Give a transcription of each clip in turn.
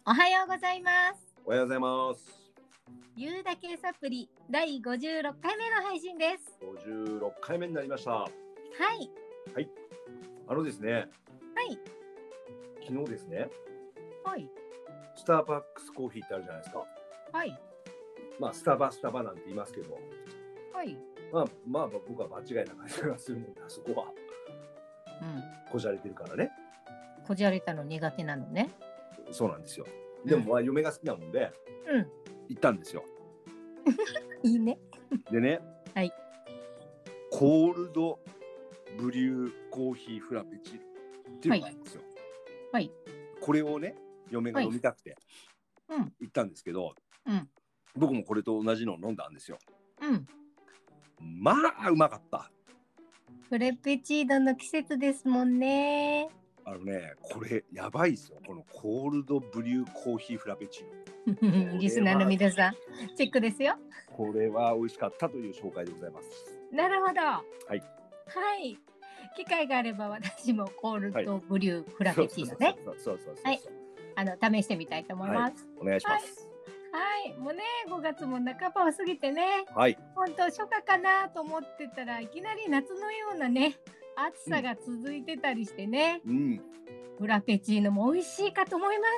おはようございます。 おはようございます。 言うだけサプリ第56回目の配信です。 56回目になりました。はい。 ですね。 はい。 昨日ですね。 はい。 スターバックスコーヒーってあるじゃないですか。 はい。 まあスタバなんて言いますけど。 はい。 まあ僕は間違いな感じがするもんで、あそこは。こじゃれてるからね。 こじゃれたの苦手なのね。 そうなんですよ。でも嫁が好きなもんで、行ったんですよ。 いいね。 でね。 はい。 コールドブリューコーヒーフラペチーノっていうのがあるんですよ。 はい。 これをね、嫁が飲みたくて行ったんですけど、僕もこれと同じのを飲んだんですよ。まあうまかった。 フレペチーノの季節ですもんね。 これやばいですよ。このコールドブリューコーヒーフラペチーノ。 リスナーの皆さん、チェックですよ。 これは美味しかったという紹介でございます。 なるほど。 はい。 機会があれば私もコールドブリューフラペチーノね。 そう。 はい。試してみたいと思います。 お願いします。 もうね、5月も半ばを過ぎてね、本当初夏かなと思ってたらいきなり夏のようなね、暑さが続いてたりしてね、フラペチーノも美味しいかと思います。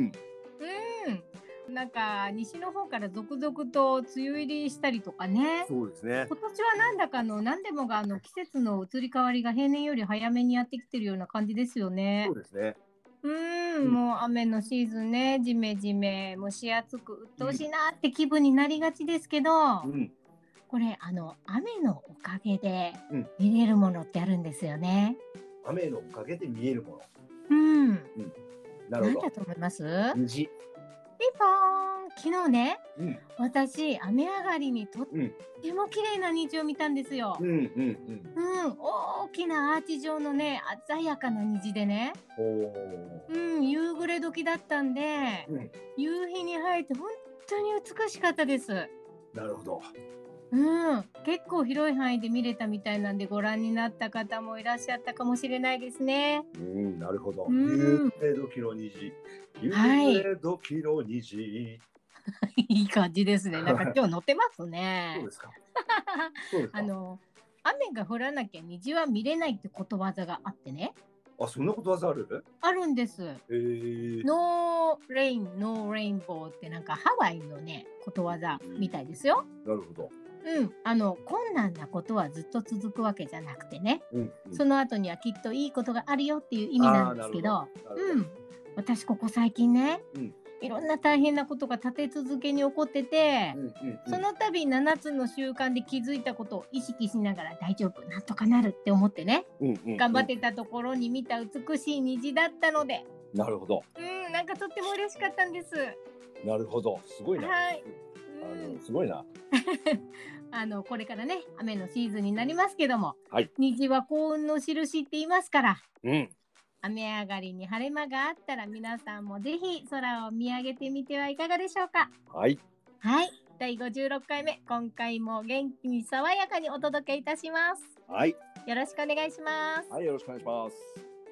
なんか西の方から続々と梅雨入りしたりとかね。 そうですね。 今年はなんだか何でもが季節の移り変わりが平年より早めにやってきてるような感じですよね。 そうですね。 もう雨のシーズンね、ジメジメ蒸し暑く鬱陶しいなって気分になりがちですけど、これ雨のおかげで見れるものってあるんですよね。 雨のおかげで見えるもの。なるほど。 何だと思います？ 虹。 ピンポーン。昨日ね、私雨上がりにとっても綺麗な虹を見たんですよ。大きなアーチ状のね、鮮やかな虹でね。夕暮れ時だったんで、夕日に映えて本当に美しかったです。 なるほど。 結構広い範囲で見れたみたいなんで、ご覧になった方もいらっしゃったかもしれないですね。 なるほど。夕暮れ時の虹。夕暮れ時の虹。 いい感じですね。なんか今日乗ってますね。 そうですか。 雨が降らなきゃ虹は見れないってことわざがあってね。 そんなことわざある？ あるんです。ノーレインノーレインボーってなんかハワイのねことわざみたいですよ。 なるほど。 困難なことはずっと続くわけじゃなくてね、その後にはきっといいことがあるよっていう意味なんですけど、私ここ最近ね、いろんな大変なことが立て続けに起こってて、その度7つの習慣で気づいたことを意識しながら大丈夫なんとかなるって思ってね、頑張ってたところに見た美しい虹だったので、 なるほど。 なんかとっても嬉しかったんです。 なるほど、すごいな。すごいな。 これからね雨のシーズンになりますけども、虹は幸運の印って言いますから、雨上がりに晴れ間があったら皆さんもぜひ空を見上げてみてはいかがでしょうか。第56回目、今回も元気に爽やかにお届けいたします。よろしくお願いします。 よろしくお願いします。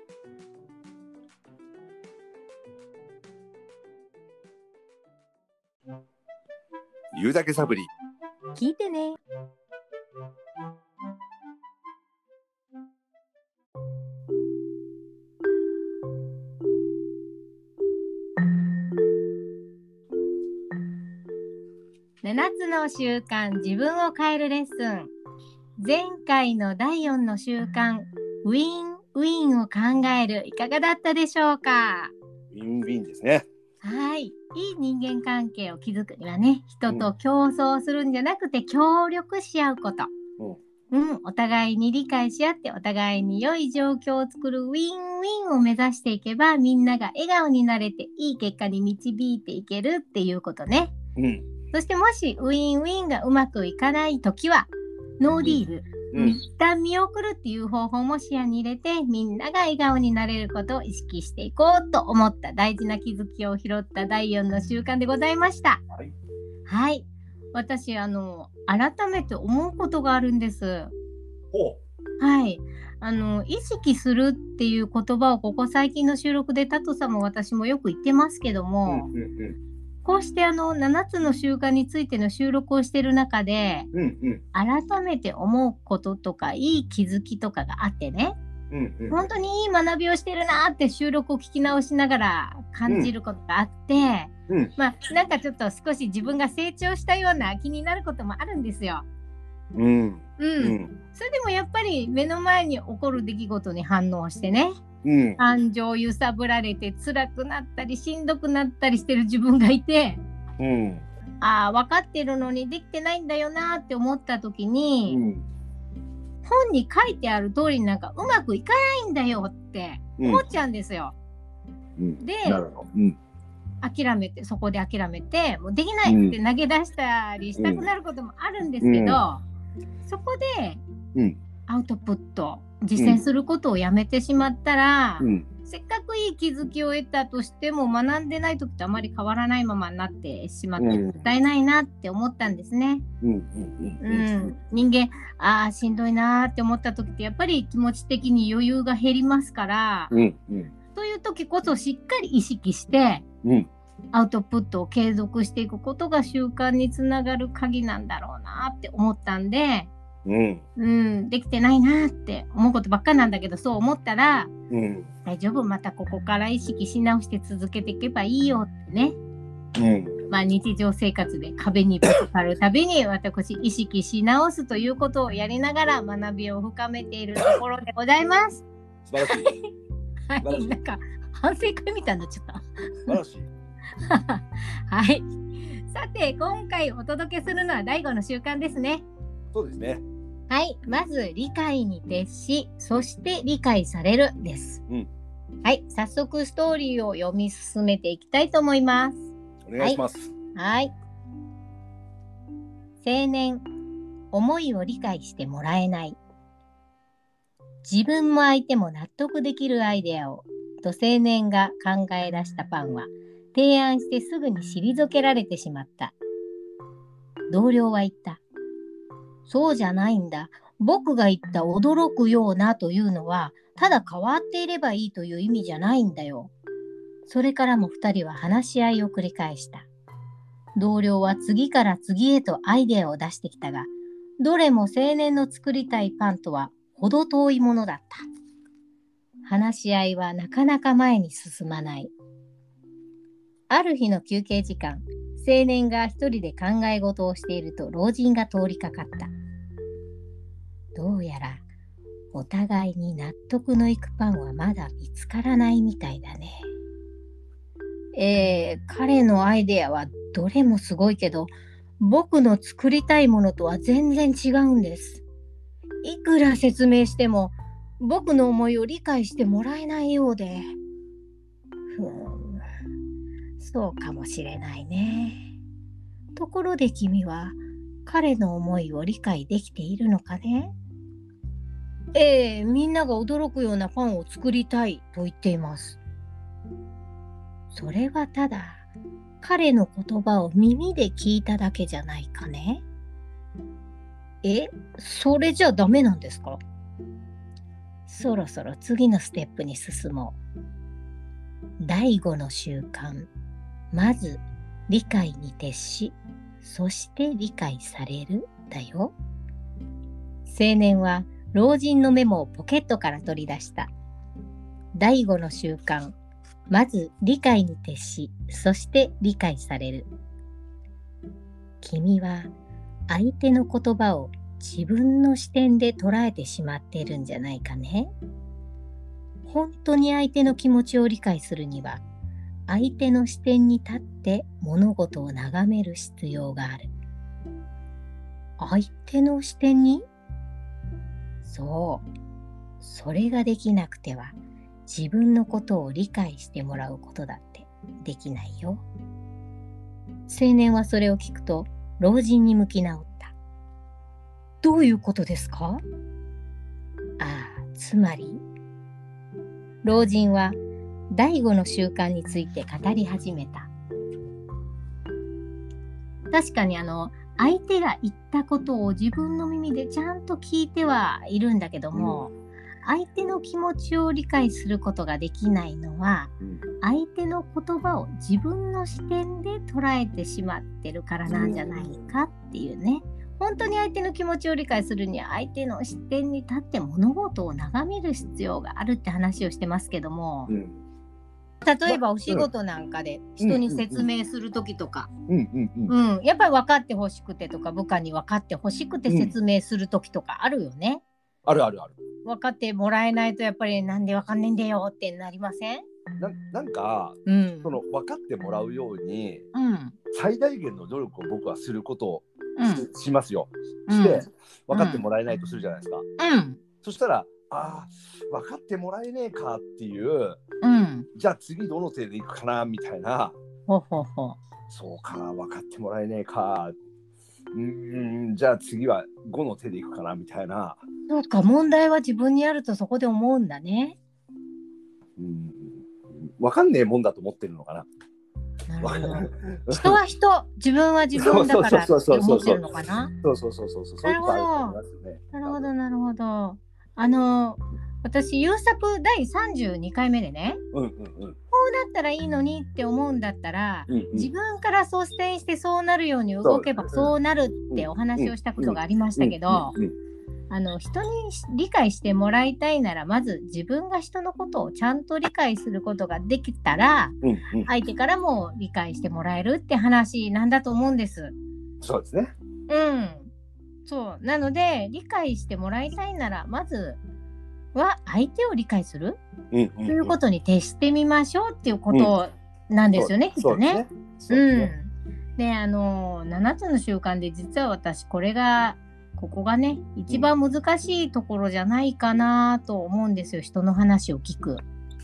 言うだけサプリ聞いてね。7つの習慣、自分を変えるレッスン。前回の第4の習慣、ウィンウィンを考える、いかがだったでしょうか？ ウィンウィンですね。 いい人間関係を築くにはね、人と競争するんじゃなくて協力し合うこと。お互いに理解し合ってお互いに良い状況を作るウィンウィンを目指していけば、みんなが笑顔になれていい結果に導いていけるっていうことね。そしてもしウィンウィンがうまくいかないときはノーディール、一旦見送るっていう方法も視野に入れて、みんなが笑顔になれることを意識していこうと思った大事な気づきを拾った第4の習慣でございました。私改めて思うことがあるんです。 意識するっていう言葉をここ最近の収録でタトさんも私もよく言ってますけども、こうして7つの習慣についての収録をしている中で、改めて思うこととかいい気づきとかがあってね、本当にいい学びをしてるなって収録を聞き直しながら感じることがあって、なんかちょっと少し自分が成長したような気になることもあるんですよ。それでもやっぱり目の前に起こる出来事に反応してね、感情揺さぶられて辛くなったりしんどくなったりしてる自分がいて、分かってるのにできてないんだよなって思った時に、本に書いてある通りになんかうまくいかないんだよって思っちゃうんですよ。で、諦めて、そこで諦めてもうできないって投げ出したりしたくなることもあるんですけど、そこで、アウトプット実践することをやめてしまったら、せっかくいい気づきを得たとしても学んでない時とあまり変わらないままになってしまってもったいないなって思ったんですね。人間しんどいなって思った時ってやっぱり気持ち的に余裕が減りますから、そういう時こそしっかり意識して、アウトプットを継続していくことが習慣につながる鍵なんだろうなって思ったんで、できてないなって思うことばっかなんだけど、そう思ったら、大丈夫、またここから意識し直して続けていけばいいよってね、日常生活で壁にぶつかるたびに私意識し直すということをやりながら学びを深めているところでございます。 素晴らしい。 なんか反省会みたいになっちゃった。 素晴らしい。 はい。さて今回お届けするのは第5の習慣ですね。 そうですね。 はい。まず理解に徹し、そして理解されるです。はい。早速ストーリーを読み進めていきたいと思います。 お願いします。 はい。青年、思いを理解してもらえない。自分も相手も納得できるアイデアをと青年が考え出したパンは提案してすぐに退けられてしまった。同僚は言った。そうじゃないんだ。僕が言った驚くようなというのはただ変わっていればいいという意味じゃないんだよ。それからも2人は話し合いを繰り返した。同僚は次から次へとアイデアを出してきたが、どれも青年の作りたいパンとは程遠いものだった。話し合いはなかなか前に進まない。ある日の休憩時間、青年が一人で考え事をしていると老人が通りかかった。どうやらお互いに納得のいくパンはまだ見つからないみたいだね。彼のアイデアはどれもすごいけど、僕の作りたいものとは全然違うんです。いくら説明しても僕の思いを理解してもらえないようで。そうかもしれないね。ところで君は彼の思いを理解できているのかね？みんなが驚くようなパンを作りたいと言っています。それはただ彼の言葉を耳で聞いただけじゃないかね？それじゃダメなんですか？そろそろ次のステップに進もう。第5の習慣、まず理解に徹し、そして理解されるだよ。青年は老人のメモをポケットから取り出した。第5の習慣、まず理解に徹し、そして理解される。君は相手の言葉を自分の視点で捉えてしまっているんじゃないかね。本当に相手の気持ちを理解するには、相手の視点に立って物事を眺める必要がある。相手の視点に？そう。それができなくては、自分のことを理解してもらうことだってできないよ。青年はそれを聞くと、老人に向き直った。どういうことですか？つまり、老人は第5の習慣について語り始めた。確かに相手が言ったことを自分の耳でちゃんと聞いてはいるんだけども、 相手の気持ちを理解することができないのは、相手の言葉を自分の視点で捉えてしまってるからなんじゃないかっていうね。本当に相手の気持ちを理解するには相手の視点に立って物事を眺める必要があるって話をしてますけども、例えばお仕事なんかで人に説明するときとか、やっぱり分かってほしくてとか部下に分かってほしくて説明するときとかあるよね。 あるあるある。 分かってもらえないとやっぱりなんで分かんねんだよってなりません？ なんか、その分かってもらうように、最大限の努力を僕はすることをしますよ。して分かってもらえないとするじゃないですか。そしたら分かってもらえねえかっていう、じゃあ次どの手でいくかなみたいな。そうか、分かってもらえねえか。じゃあ次は5の手でいくかなみたいな。 そうか、問題は自分にあるとそこで思うんだね。 分かんねえもんだと思ってるのかな。 人は人、自分は自分だからって思ってるのかな。 なるほど。 なるほど、なるほど。私、優作第32回目でね、こうなったらいいのにって思うんだったら、自分から率先してそうなるように動けばそうなるってお話をしたことがありましたけど、人に理解してもらいたいならまず自分が人のことをちゃんと理解することができたら、相手からも理解してもらえるって話なんだと思うんです。 そうですね。 そうなので理解してもらいたいならまずは相手を理解するということに徹してみましょうっていうことなんですよね、きっとね。で7つの習慣で実は私ここがね一番難しいところじゃないかなと思うんですよ。人の話を聞く。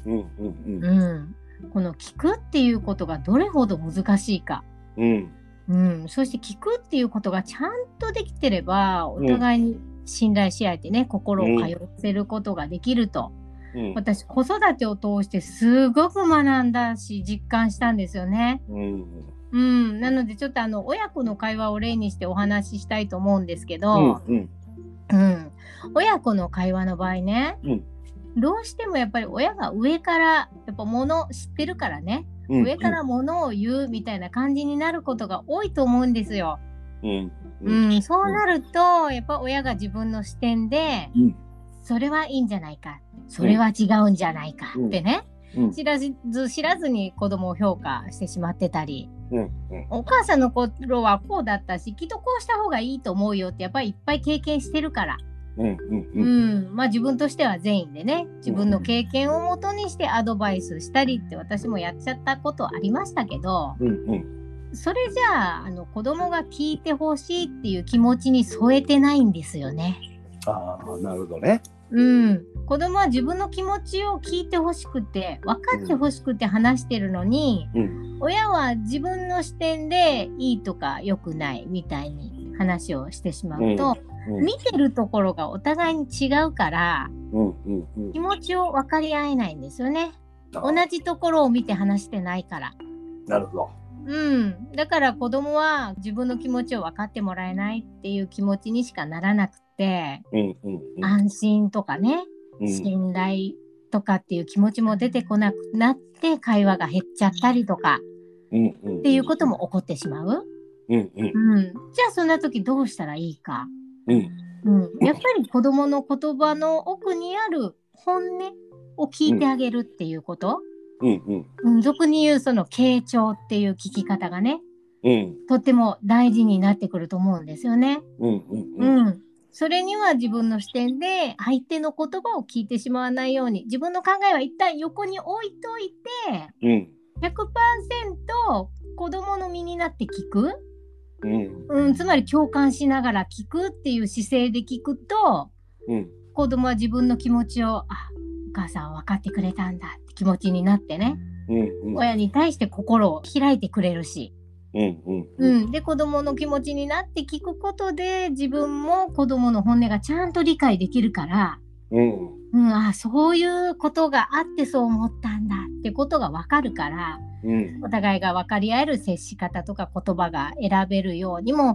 この聞くっていうことがどれほど難しいか。そして聞くっていうことがちゃんとできてればお互いに信頼し合えてね、心を通わせることができると、私子育てを通してすごく学んだし実感したんですよね。なのでちょっと親子の会話を例にしてお話ししたいと思うんですけど、親子の会話の場合ね、どうしてもやっぱり親が上からやっぱ物知ってるからね、上から物を言うみたいな感じになることが多いと思うんですよ。そうなるとやっぱ親が自分の視点で、それはいいんじゃないか、それは違うんじゃないかってね、知らずに子供を評価してしまってたり、お母さんの頃はこうだったしきっとこうした方がいいと思うよってやっぱりいっぱい経験してるから、自分としては善意でね自分の経験をもとにしてアドバイスしたりって私もやっちゃったことありましたけど、それじゃあ子供が聞いてほしいっていう気持ちに添えてないんですよね。 なるほどね。 子供は自分の気持ちを聞いてほしくて分かってほしくて話してるのに、親は自分の視点でいいとか良くないみたいに話をしてしまうと、見てるところがお互いに違うから、気持ちを分かり合えないんですよね。同じところを見て話してないから。 なるほど。 だから子供は自分の気持ちを分かってもらえないっていう気持ちにしかならなくて、安心とかね、信頼とかっていう気持ちも出てこなくなって会話が減っちゃったりとか、っていうことも起こってしまう。じゃあそんな時どうしたらいいか。やっぱり子供の言葉の奥にある本音を聞いてあげるっていうこと。俗に言うその傾聴っていう聞き方がね、とっても大事になってくると思うんですよね。それには自分の視点で相手の言葉を聞いてしまわないように自分の考えは一旦横に置いといて、100% 子供の身になって聞く、つまり共感しながら聞くっていう姿勢で聞くと、子供は自分の気持ちをお母さんは分かってくれたんだって気持ちになってね、親に対して心を開いてくれるし、で子供の気持ちになって聞くことで自分も子供の本音がちゃんと理解できるから、そういうことがあってそう思ったんだってことが分かるから、お互いが分かり合える接し方とか言葉が選べるようにも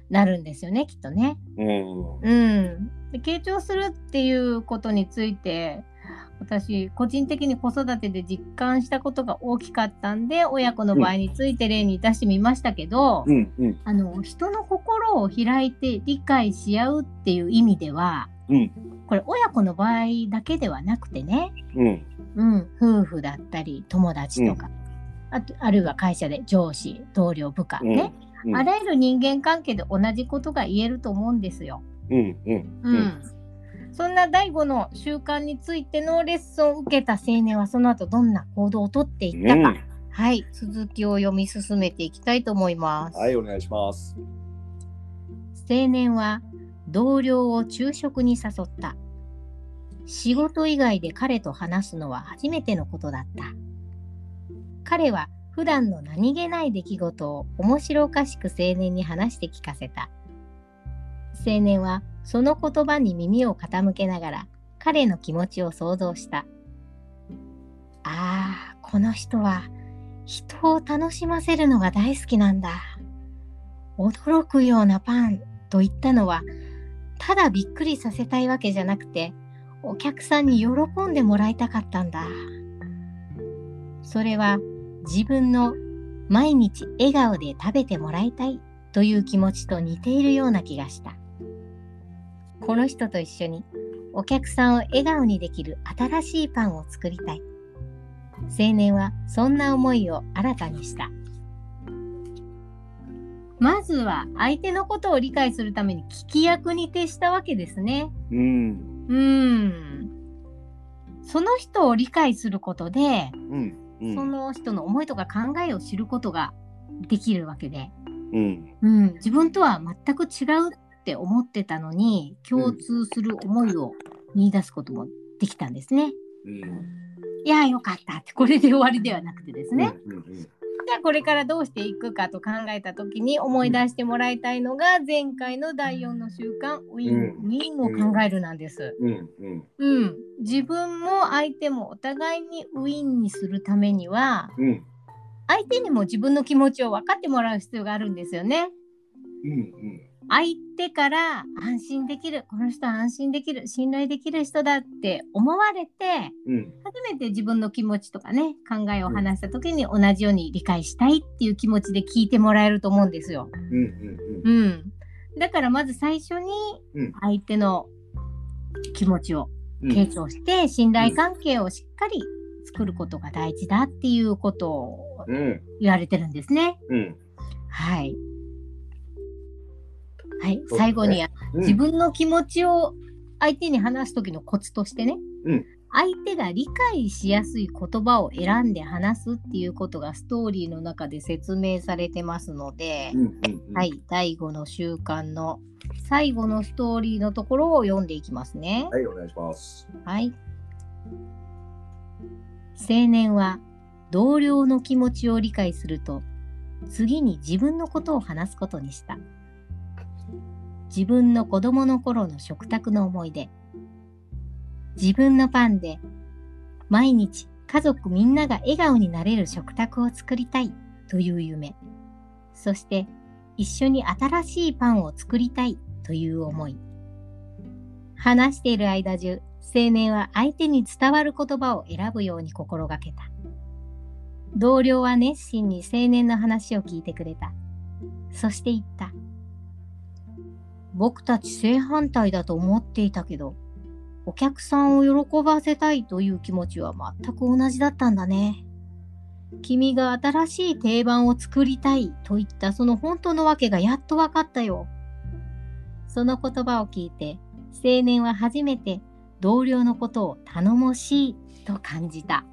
なるんですよね、きっとね。で傾聴するっていうことについて私個人的に子育てで実感したことが大きかったんで親子の場合について例に出してみましたけど、人の心を開いて理解し合うっていう意味では、これ親子の場合だけではなくてね、夫婦だったり友達とか、あるいは会社で上司同僚部下ね、あらゆる人間関係で同じことが言えると思うんですよ。そんな第5の習慣についてのレッスンを受けた青年はその後どんな行動をとっていったか、はい、続きを読み進めていきたいと思います。 はい、お願いします。 青年は同僚を昼食に誘った。仕事以外で彼と話すのは初めてのことだった。彼は普段の何気ない出来事を面白おかしく青年に話して聞かせた。青年はその言葉に耳を傾けながら彼の気持ちを想像した。ああ、この人は人を楽しませるのが大好きなんだ。驚くようなパンと言ったのはただびっくりさせたいわけじゃなくてお客さんに喜んでもらいたかったんだ。それは自分の毎日笑顔で食べてもらいたいという気持ちと似ているような気がした。この人と一緒にお客さんを笑顔にできる新しいパンを作りたい。青年はそんな思いを新たにした。まずは相手のことを理解するために聞き役に徹したわけですね。その人を理解することで、その人の思いとか考えを知ることができるわけで、自分とは全く違うって思ってたのに共通する思いを見出すこともできたんですね。いやよかったってこれで終わりではなくてですね、じゃあこれからどうしていくかと考えた時に思い出してもらいたいのが前回の第4の習慣ウィンウィンを考えるなんです。自分も相手もお互いにウィンにするためには、相手にも自分の気持ちを分かってもらう必要があるんですよね。相手から安心できる、この人は安心できる、信頼できる人だって思われて、初めて自分の気持ちとかね考えを話した時に同じように理解したいっていう気持ちで聞いてもらえると思うんですよ。だからまず最初に相手の気持ちを傾聴して信頼関係をしっかり作ることが大事だっていうことを言われてるんですね。はいはい、最後に自分の気持ちを相手に話す時のコツとしてね、相手が理解しやすい言葉を選んで話すっていうことがストーリーの中で説明されてますので、はい、第5の習慣の最後のストーリーのところを読んでいきますね。 はい、お願いします。 はい。青年は同僚の気持ちを理解すると、次に自分のことを話すことにした。自分の子供の頃の食卓の思い出。自分のパンで毎日家族みんなが笑顔になれる食卓を作りたいという夢。そして一緒に新しいパンを作りたいという思い。話している間中、青年は相手に伝わる言葉を選ぶように心がけた。同僚は熱心に青年の話を聞いてくれた。そして言った。僕たち正反対だと思っていたけど、お客さんを喜ばせたいという気持ちは全く同じだったんだね。君が新しい定番を作りたいと言ったその本当のわけがやっとわかったよ。その言葉を聞いて、青年は初めて同僚のことを頼もしいと感じた。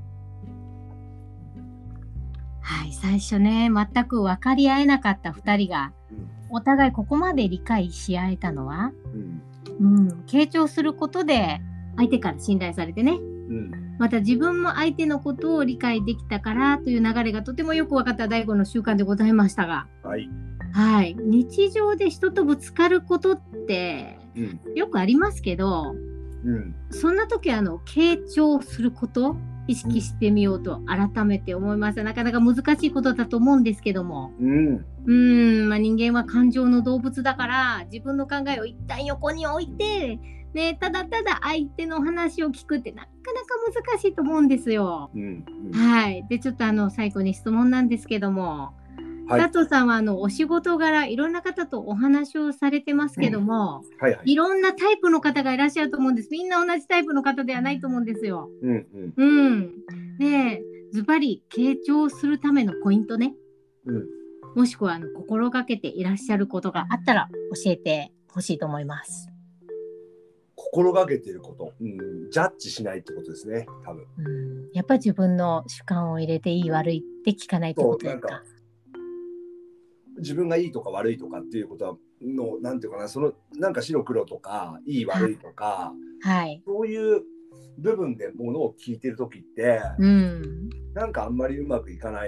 はい、最初ね、全く分かり合えなかった2人が、お互いここまで理解し合えたのは、傾聴することで相手から信頼されてね、また自分も相手のことを理解できたからという流れがとてもよく分かった第5の習慣でございましたが、日常で人とぶつかることってよくありますけど、そんな時傾聴すること意識してみようと改めて思いました。なかなか難しいことだと思うんですけども、まあ、人間は感情の動物だから自分の考えを一旦横に置いて、ね、ただただ相手の話を聞くってなかなか難しいと思うんですよ。はい。でちょっと最後に質問なんですけども、佐藤さんはお仕事柄いろんな方とお話をされてますけども、いろんなタイプの方がいらっしゃると思うんです。みんな同じタイプの方ではないと思うんですよ。でズバリ傾聴するためのポイントね、もしくは心がけていらっしゃることがあったら教えてほしいと思います。 心がけていること、ジャッジしないってことですね、多分。 やっぱり自分の主観を入れていい悪いって聞かないってことですか。 自分がいいとか悪いとかっていうことのなんていうかな、そのなんか白黒とかいい悪いとか、そういう部分でものを聞いてる時って、なんかあんまりうまくいかない、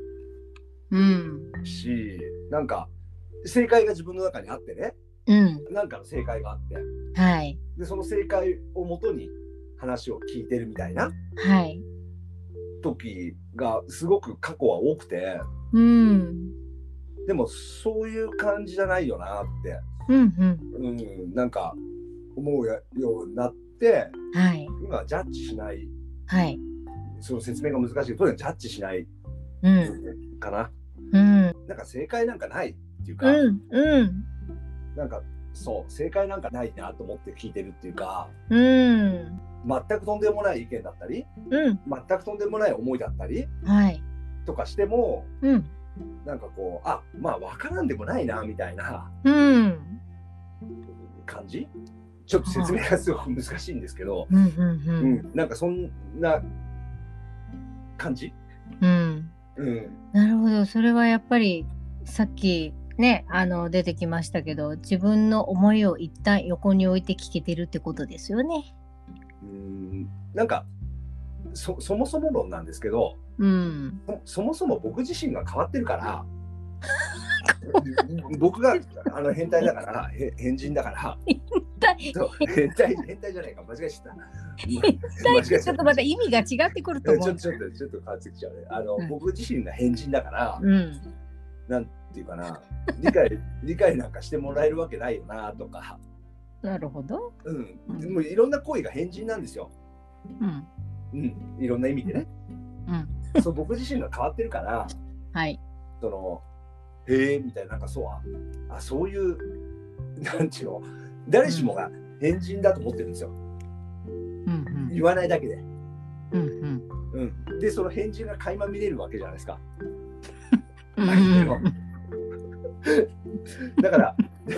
し、なんか正解が自分の中にあってね、なんかの正解があって、でその正解をもとに話を聞いてるみたいな、時がすごく過去は多くて、でもそういう感じじゃないよなって、なんか思うようになって、今はジャッジしない、その説明が難しいけど、とにかくジャッジしない、かな、なんか正解なんかないっていうか、なんかそう正解なんかないなと思って聞いてるっていうか、全くとんでもない意見だったり、全くとんでもない思いだったり、とかしても、なんかこうまあ分からんでもないなみたいな感じ、ちょっと説明がすごく難しいんですけど、なんかそんな感じ。 なるほど。それはやっぱりさっきね出てきましたけど、自分の思いを一旦横に置いて聞けてるってことですよね。 なんかそもそも論なんですけど、そもそも僕自身が変わってるから僕が変態だから変人だから変態じゃないか、間違えちゃった。 ちょっとまた意味が違ってくると思う。 ちょっと変わってきちゃうね。僕自身が変人だから、なんていうかな、理解なんかしてもらえるわけないよなとか。 なるほど。 でもいろんな行為が変人なんですよ。いろんな意味でね。そう僕自身が変わってるから、そのへえみたいな、なんかそういうなんていうの、誰しもが変人だと思ってるんですよ。言わないだけで。でその変人が垣間見れるわけじゃないですか。だから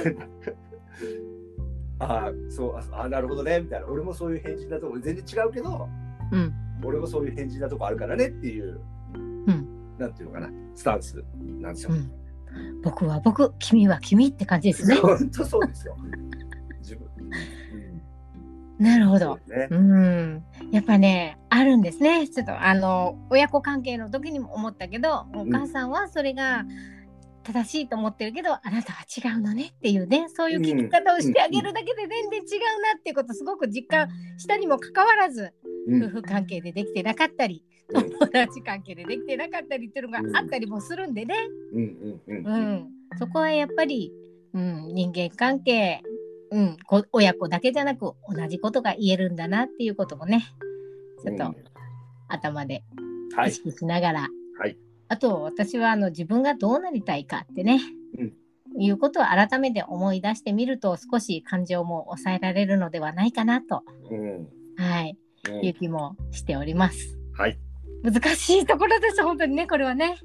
なるほどねみたいな、俺もそういう変人だとこ全然違うけど、俺もそういう変人なとこあるからねっていう、なんていうのかな、スタンスなんですよ。 僕は僕、君は君って感じですね。 本当そうですよ。自分。 なるほど。やっぱね、あるんですね。ちょっと親子関係の時にも思ったけど、お母さんはそれが正しいと思ってるけど、あなたは違うのねっていうね、そういう聞き方をしてあげるだけで全然違うなっていうことすごく実感したにもかかわらず、夫婦関係でできてなかったり、友達関係でできてなかったりっていうのがあったりもするんでね。そこはやっぱり、人間関係、親子だけじゃなく同じことが言えるんだなっていうこともね、ちょっと頭で意識しながら、あと私は自分がどうなりたいかってね、いうことを改めて思い出してみると、少し感情も抑えられるのではないかなと、いう気もしております。難しいところです本当にね、これはね。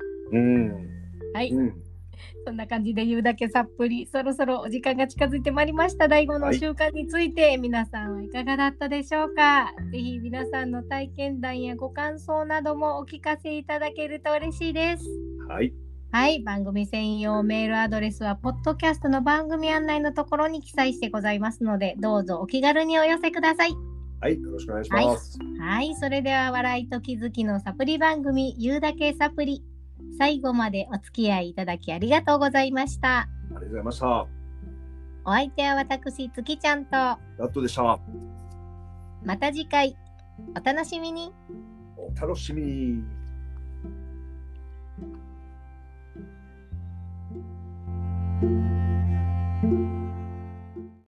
そんな感じで言うだけさっぷり、そろそろお時間が近づいてまいりました。第5の習慣について、皆さんはいかがだったでしょうか。ぜひ皆さんの体験談やご感想などもお聞かせいただけると嬉しいです。番組専用メールアドレスはポッドキャストの番組案内のところに記載してございますので、どうぞお気軽にお寄せください。 よろしくお願いします。 それでは笑いと気づきのサプリ番組、言うだけサプリ、最後までお付き合いいただきありがとうございました。 ありがとうございました。 お相手は私、月ちゃんとラットでした。 また次回お楽しみに。 楽しみ。